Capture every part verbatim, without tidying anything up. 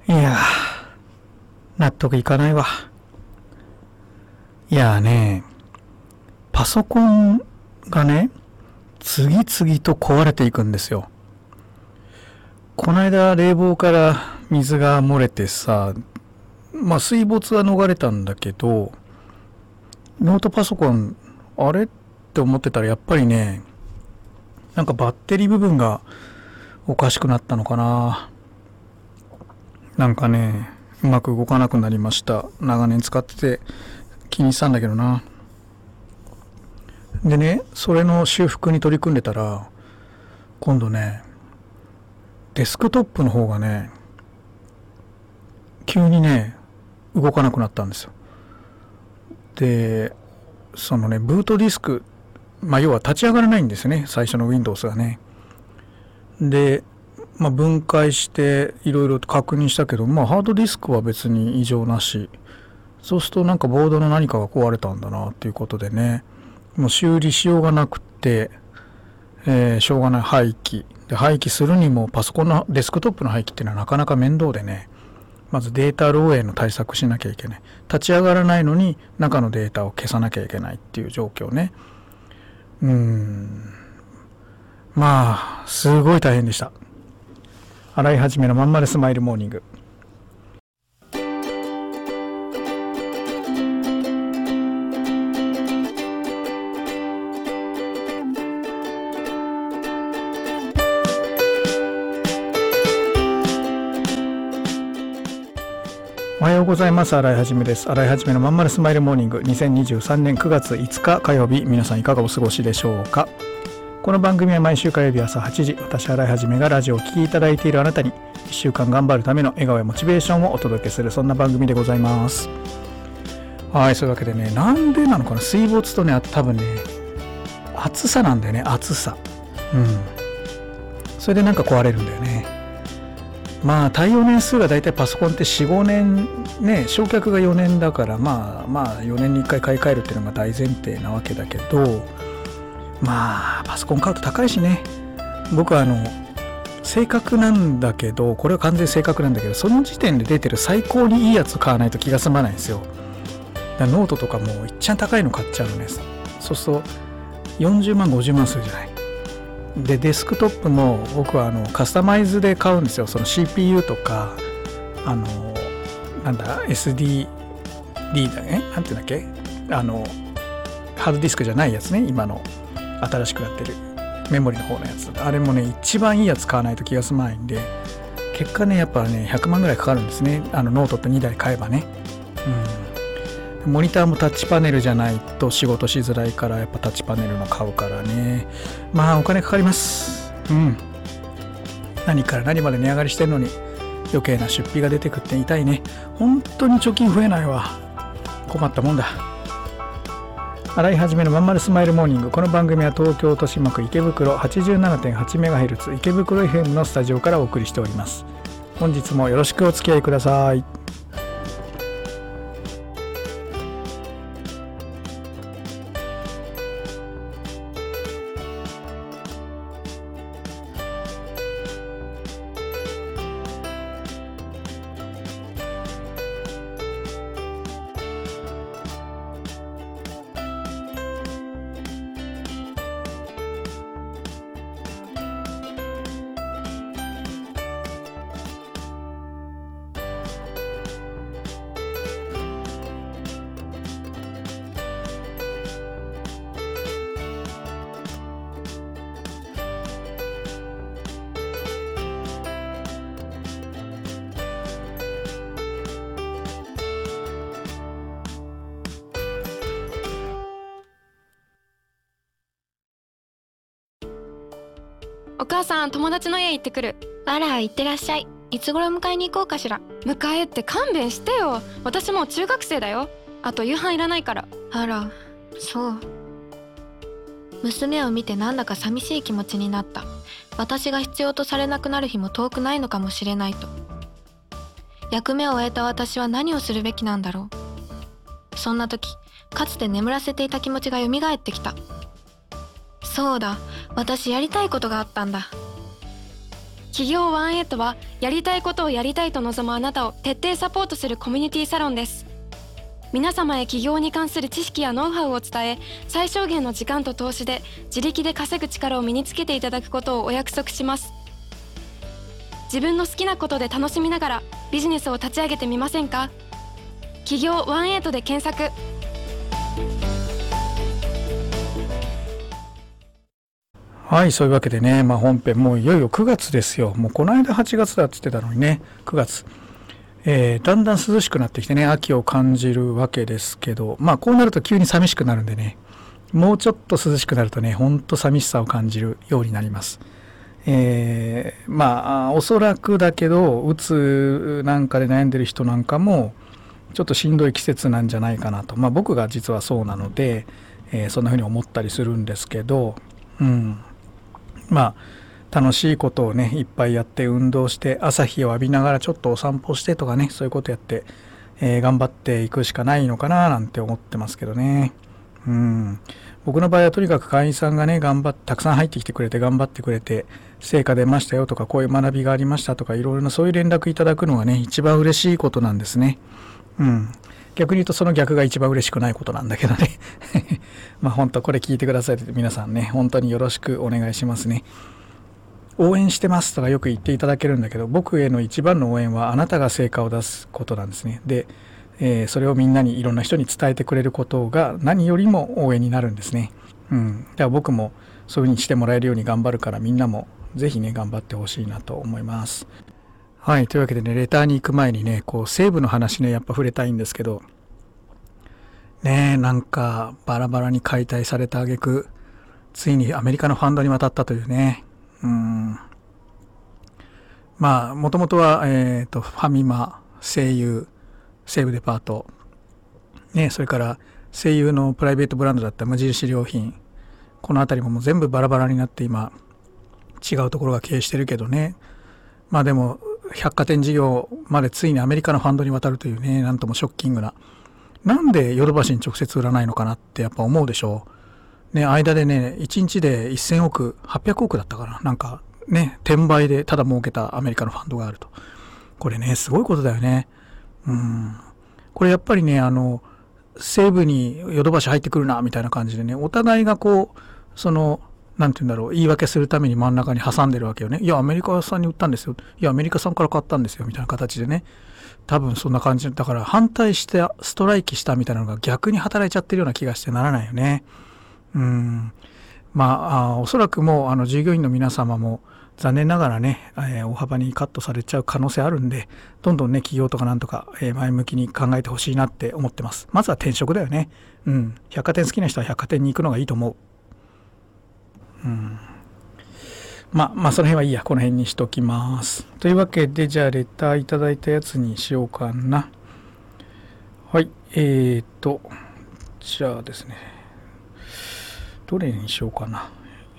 いやー、納得いかないわ。いやーね、パソコンがね、次々と壊れていくんですよ。この間冷房から水が漏れてさ、まあ水没は逃れたんだけど、ノートパソコン、あれって思ってたらやっぱりね、なんかバッテリー部分がおかしくなったのかな。なんかね、うまく動かなくなりました。長年使ってて気にしたんだけどな。でね、それの修復に取り組んでたら、今度ね、デスクトップの方がね、急にね、動かなくなったんですよ。で、そのね、ブートディスク、まあ要は立ち上がらないんですよね、最初の Windows がね。で、まあ、分解していろいろと確認したけど、まあハードディスクは別に異常なし、そうするとなんかボードの何かが壊れたんだなっていうことでね、もう修理しようがなくて、えー、しょうがない廃棄で、廃棄するにもパソコンのデスクトップの廃棄っていうのはなかなか面倒でね、まずデータ漏洩の対策しなきゃいけない。立ち上がらないのに中のデータを消さなきゃいけないっていう状況ね。うーんまあすごい大変でした。洗い始めのまんまるスマイルモーニング。おはようございます。洗いはじめです。洗いはじめのまんまるスマイルモーニング、にせんにじゅうさんねんくがついつか火曜日、皆さんいかがお過ごしでしょうか。この番組は毎週火曜日朝はちじ、私洗いはじめがラジオを聴きいただいているあなたにいっしゅうかん頑張るための笑顔やモチベーションをお届けする、そんな番組でございます。はい、そういうわけでね、なんでなのかな、水没とね、多分ね、暑さなんだよね、暑さ。うん。それでなんか壊れるんだよね。まあ耐用年数がだいたいパソコンって よん,ご 年ね、焼却がよねんだから、まあまあよねんにいっかい買い替えるっていうのが大前提なわけだけど、まあパソコン買うと高いしね。僕はあの正確なんだけど、これは完全に正確なんだけど、その時点で出てる最高にいいやつ買わないと気が済まないんですよ。だからノートとかもいっちゃん高いの買っちゃうんです。そうするとよんじゅうまんごじゅうまんするじゃない。でデスクトップも僕はあのカスタマイズで買うんですよ。その シーピーユー とかあのなんだ エスディーディー だね、なんていうんだっけ、あのハードディスクじゃないやつね、今の新しくなってるメモリの方のやつ、あれもね一番いいやつ買わないと気が済まないんで、結果ねやっぱねひゃくまんぐらいかかるんですね。あのノートってにだい買えばね。うん、モニターもタッチパネルじゃないと仕事しづらいから、やっぱタッチパネルの買うからね、まあお金かかります。うん。何から何まで値上がりしてるのに余計な出費が出てくって痛いね。本当に貯金増えないわ。困ったもんだ。洗い始めのまんまるスマイルモーニング。この番組は東京豊島区池袋 はちじゅうななてんはちメガヘルツ 池袋 エフエム のスタジオからお送りしております。本日もよろしくお付き合いください。 お母さん、友達の家行ってくる。 あら、行ってらっしゃい。いつ頃迎えに行こうかしら。 迎えって勘弁してよ。私もう中学生だよ。あと夕飯いらないから。 あら、そう。娘を見てなんだか寂しい気持ちになった。私が必要とされなくなる日も遠くないのかもしれないと。役目を終えた私は何をするべきなんだろう。そんな時、かつて眠らせていた気持ちが蘇ってきた。そうだ、私やりたいことがあったんだ。 企業ワンエイトはやりたいことをやりたいと望むあなたを徹底サポートするコミュニティサロンです。皆様へ起業に関する知識やノウハウを伝え、最小限の時間と投資で自力で稼ぐ力を身につけていただくことをお約束します。自分の好きなことで楽しみながらビジネスを立ち上げてみませんか？起業ワンエイトで検索。 はい、そういうわけでね、まあ、本編もういよいよくがつですよ。もうこの間はちがつだって言ってたのにね、くがつ、えー、だんだん涼しくなってきてね、秋を感じるわけですけど、まあこうなると急に寂しくなるんでね、もうちょっと涼しくなるとね、ほんと寂しさを感じるようになります。えー、まあおそらくだけど、うつなんかで悩んでる人なんかもちょっとしんどい季節なんじゃないかなと、まあ僕が実はそうなので、えー、そんな風に思ったりするんですけど、うん、まあ楽しいことをねいっぱいやって、運動して朝日を浴びながらちょっとお散歩してとかね、そういうことやって、えー、頑張っていくしかないのかななんて思ってますけどね。うん、僕の場合はとにかく会員さんがね頑張ってたくさん入ってきてくれて、頑張ってくれて成果出ましたよとか、こういう学びがありましたとか、いろいろなそういう連絡いただくのがね一番嬉しいことなんですね。うん、逆に言うとその逆が一番嬉しくないことなんだけどねまあ本当これ聞いてくださいって皆さんね、本当によろしくお願いしますね。応援してますとかよく言っていただけるんだけど、僕への一番の応援はあなたが成果を出すことなんですね。で、えー、それをみんなにいろんな人に伝えてくれることが何よりも応援になるんですね。うん、だから僕もそういう風にしてもらえるように頑張るから、みんなもぜひね頑張ってほしいなと思います。はい、というわけでね、レターに行く前にね、こう西部の話ねやっぱ触れたいんですけどね、えなんかバラバラに解体された挙句、ついにアメリカのファンドに渡ったというね。うん、まあもともとは、えー、とファミマ、西友、西武デパート、ね、それから西友のプライベートブランドだった無印良品、この辺りももう全部バラバラになって今違うところが経営してるけどね。まあでも百貨店事業までついにアメリカのファンドに渡るというね、なんともショッキングな。なんでヨドバシに直接売らないのかなってやっぱ思うでしょう。ね、間でね、いちにちでせんおく、はっぴゃくおくだったかな。なんかね、転売でただ儲けたアメリカのファンドがあると。これね、すごいことだよね。うん。これやっぱりね、あの、西部にヨドバシ入ってくるな、みたいな感じでね、お互いがこう、その、なんて言うんだろう、言い訳するために真ん中に挟んでるわけよね。いや、アメリカさんに売ったんですよ。いや、アメリカさんから買ったんですよ。みたいな形でね。多分そんな感じだから、反対してストライキしたみたいなのが逆に働いちゃってるような気がしてならないよね。うん、まあ、あおそらくもうあの従業員の皆様も残念ながらね、えー、大幅にカットされちゃう可能性あるんで、どんどんね企業とかなんとか、えー、前向きに考えてほしいなって思ってます。まずは転職だよね。うん、百貨店好きな人は百貨店に行くのがいいと思う。うん、まあまあその辺はいいや、この辺にしときます。というわけで、じゃあレターいただいたやつにしようかな。はい、えーとじゃあですね、どれにしようかな。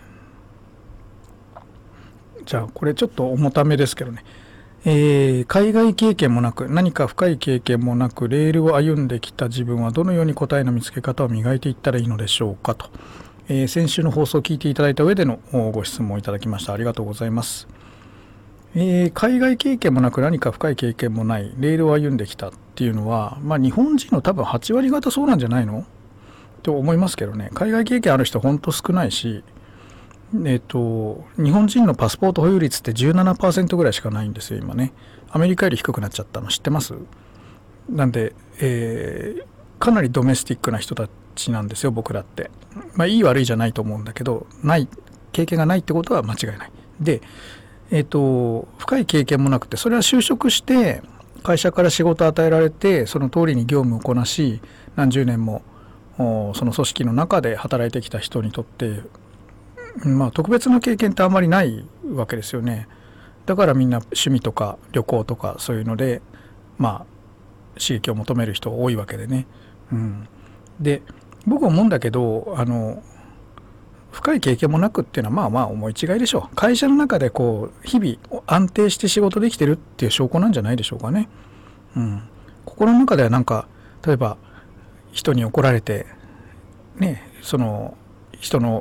じゃあこれちょっと重ためですけどね、えー、海外経験もなく何か深い経験もなくレールを歩んできた自分はどのように答えの見つけ方を磨いていったらいいのでしょうかと、えー、先週の放送を聞いていただいた上でのご質問をいただきました。ありがとうございます。えー、海外経験もなく何か深い経験もないレールを歩んできたっていうのは、まあ日本人の多分はちわり方そうなんじゃないのと思いますけどね。海外経験ある人ほんと少ないし、えっと日本人のパスポート保有率って じゅうななパーセント ぐらいしかないんですよ今ね。アメリカより低くなっちゃったの知ってます？なんで、えー、かなりドメスティックな人たちなんですよ僕らって。まあいい悪いじゃないと思うんだけど、ない経験がないってことは間違いない。で、えっと深い経験もなくて、それは就職して会社から仕事を与えられてその通りに業務をこなし、何十年もその組織の中で働いてきた人にとって、まあ特別な経験ってあんまりないわけですよね。だからみんな趣味とか旅行とかそういうのでまあ刺激を求める人多いわけでね。うん、で僕思うんだけど、あの深い経験もなくっていうのはまあまあ思い違いでしょう。会社の中でこう日々安定して仕事できてるっていう証拠なんじゃないでしょうかね。うん、心の中ではなんか例えば人に怒られてね、その人の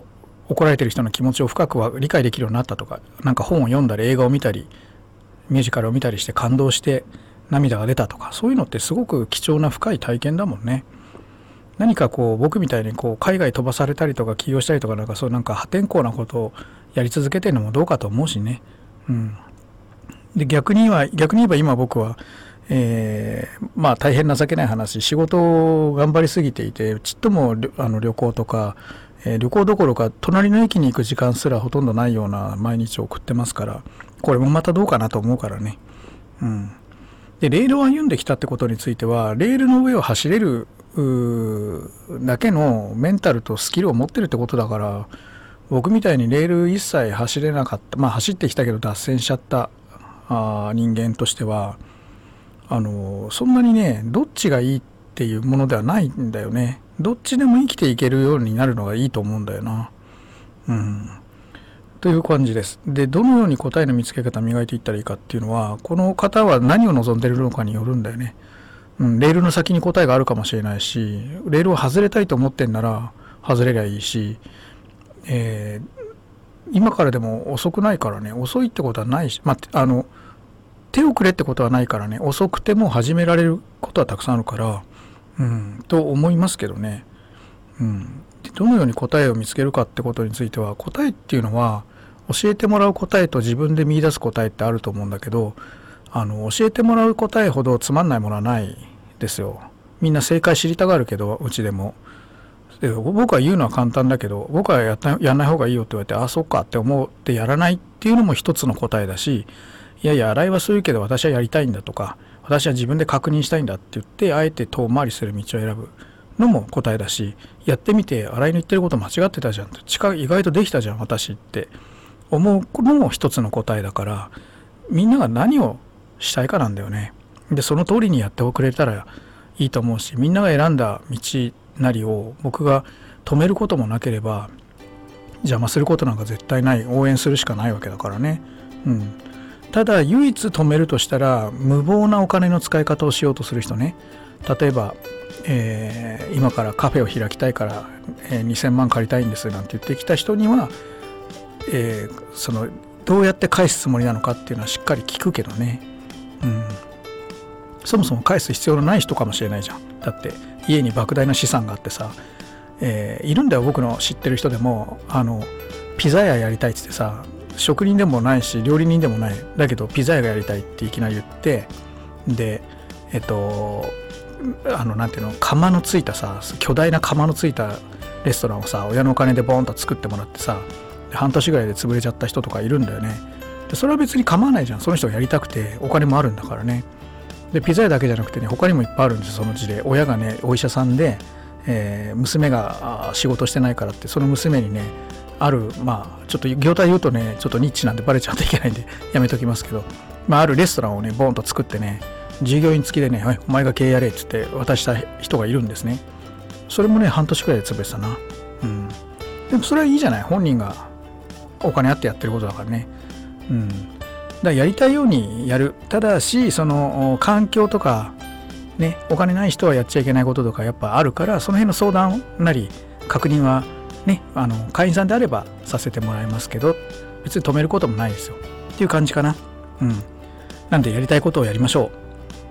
怒られてる人の気持ちを深くは理解できるようになったとか、なんか本を読んだり映画を見たりミュージカルを見たりして感動して涙が出たとか、そういうのってすごく貴重な深い体験だもんね。何かこう僕みたいにこう海外飛ばされたりとか起業したりとか、なんかそうなんか破天荒なことをやり続けてるのもどうかと思うしね。うん、で逆には逆に言えば今僕は、えー、まあ大変情けない話、仕事を頑張りすぎていてちっともあの旅行とか、えー、旅行どころか隣の駅に行く時間すらほとんどないような毎日を送ってますから、これもまたどうかなと思うからね。うん、でレールを歩んできたってことについては、レールの上を走れるだけのメンタルとスキルを持ってるってことだから、僕みたいにレール一切走れなかった、まあ走ってきたけど脱線しちゃったあ人間としては、あのそんなにねどっちがいいっていうものではないんだよね。どっちでも生きていけるようになるのがいいと思うんだよな。うんという感じです。でどのように答えの見つけ方磨いていったらいいかっていうのは、この方は何を望んでいるのかによるんだよね。うん、レールの先に答えがあるかもしれないし、レールを外れたいと思ってんなら外れりゃいいし、えー、今からでも遅くないからね。遅いってことはないし、まあ、あの手遅れってことはないからね。遅くても始められることはたくさんあるから、うん、と思いますけどね。うん、どのように答えを見つけるかってことについては、答えっていうのは教えてもらう答えと自分で見出す答えってあると思うんだけど、あの教えてもらう答えほどつまんないものはないですよ。みんな正解知りたがるけど、うちでもで僕は言うのは簡単だけど、僕はやったやんない方がいいよって言われて、ああそっかって思ってやらないっていうのも一つの答えだし、いやいや新井はそう言うけど私はやりたいんだとか、私は自分で確認したいんだって言ってあえて遠回りする道を選ぶのも答えだし、やってみて新井の言ってること間違ってたじゃんって、近意外とできたじゃん私って思うのも一つの答えだから、みんなが何をしたいかなんだよね。でその通りにやってくれたらいいと思うし、みんなが選んだ道なりを僕が止めることもなければ邪魔することなんか絶対ない。応援するしかないわけだからね。うん、ただ唯一止めるとしたら、無謀なお金の使い方をしようとする人ね。例えば、えー、今からカフェを開きたいから、えー、にせんまん借りたいんですなんて言ってきた人には、えー、そのどうやって返すつもりなのかっていうのはしっかり聞くけどね。うん、そもそも返す必要のない人かもしれないじゃん。だって家に莫大な資産があってさ、えー、いるんだよ。僕の知ってる人でも、あのピザ屋やりたいっつってさ、職人でもないし料理人でもない、だけどピザ屋がやりたいっていきなり言って、でえっとあのなんていうの、窯のついたさ、巨大な窯のついたレストランをさ、親のお金でボーンと作ってもらってさ、半年ぐらいで潰れちゃった人とかいるんだよね。でそれは別に構わないじゃん。その人がやりたくてお金もあるんだからね。でピザ屋だけじゃなくてね、他にもいっぱいあるんですよ。その事例、親がねお医者さんで、えー、娘が仕事してないからって、その娘にねある、まあちょっと業態言うとねちょっとニッチなんでバレちゃうといけないんでやめときますけど、まああるレストランをねボーンと作ってね、従業員付きでね、はい、お前が経営やれって言って渡した人がいるんですね。それもね半年くらいで潰れてたな。うん、でもそれはいいじゃない。本人がお金あってやってることだからね。うん、だからやりたいようにやる。ただしその環境とかね、お金ない人はやっちゃいけないこととかやっぱあるから、その辺の相談なり確認はね、あの会員さんであればさせてもらいますけど、別に止めることもないですよっていう感じかな。うん、なんでやりたいことをやりましょう。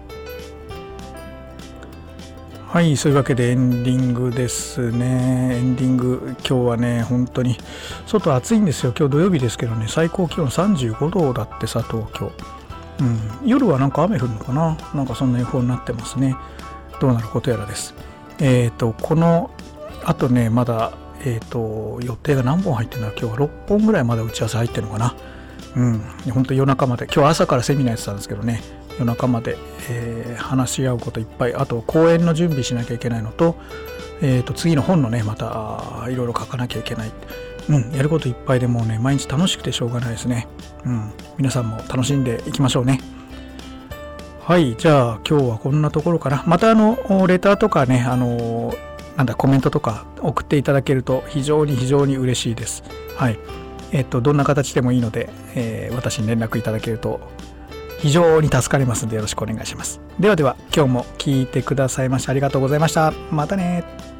はい、そういうわけでエンディングですね。エンディング、今日はね本当に外暑いんですよ。今日土曜日ですけどね、最高気温さんじゅうごどだってさ、東京。うん、夜はなんか雨降るのかな、なんかそんな予報になってますね。どうなることやらです。えっとこのあとねまだえっと予定が何本入ってるんだ。今日はろっぽんぐらいまだ打ち合わせ入ってるのかな。うん、本当夜中まで、今日朝からセミナーやってたんですけどね、夜中まで、えー、話し合うこといっぱい。あと講演の準備しなきゃいけないのと、えー、と次の本のねまたいろいろ書かなきゃいけない。うん、やることいっぱいでもうね毎日楽しくてしょうがないですね。うん、皆さんも楽しんでいきましょうね。はい、じゃあ今日はこんなところかな。またあのレターとかね、あのなんだコメントとか送っていただけると非常に非常に嬉しいです。はい、えっとどんな形でもいいので、えー、私に連絡いただけると非常に助かりますのでよろしくお願いします。ではでは今日も聞いてくださいましてありがとうございました。またね。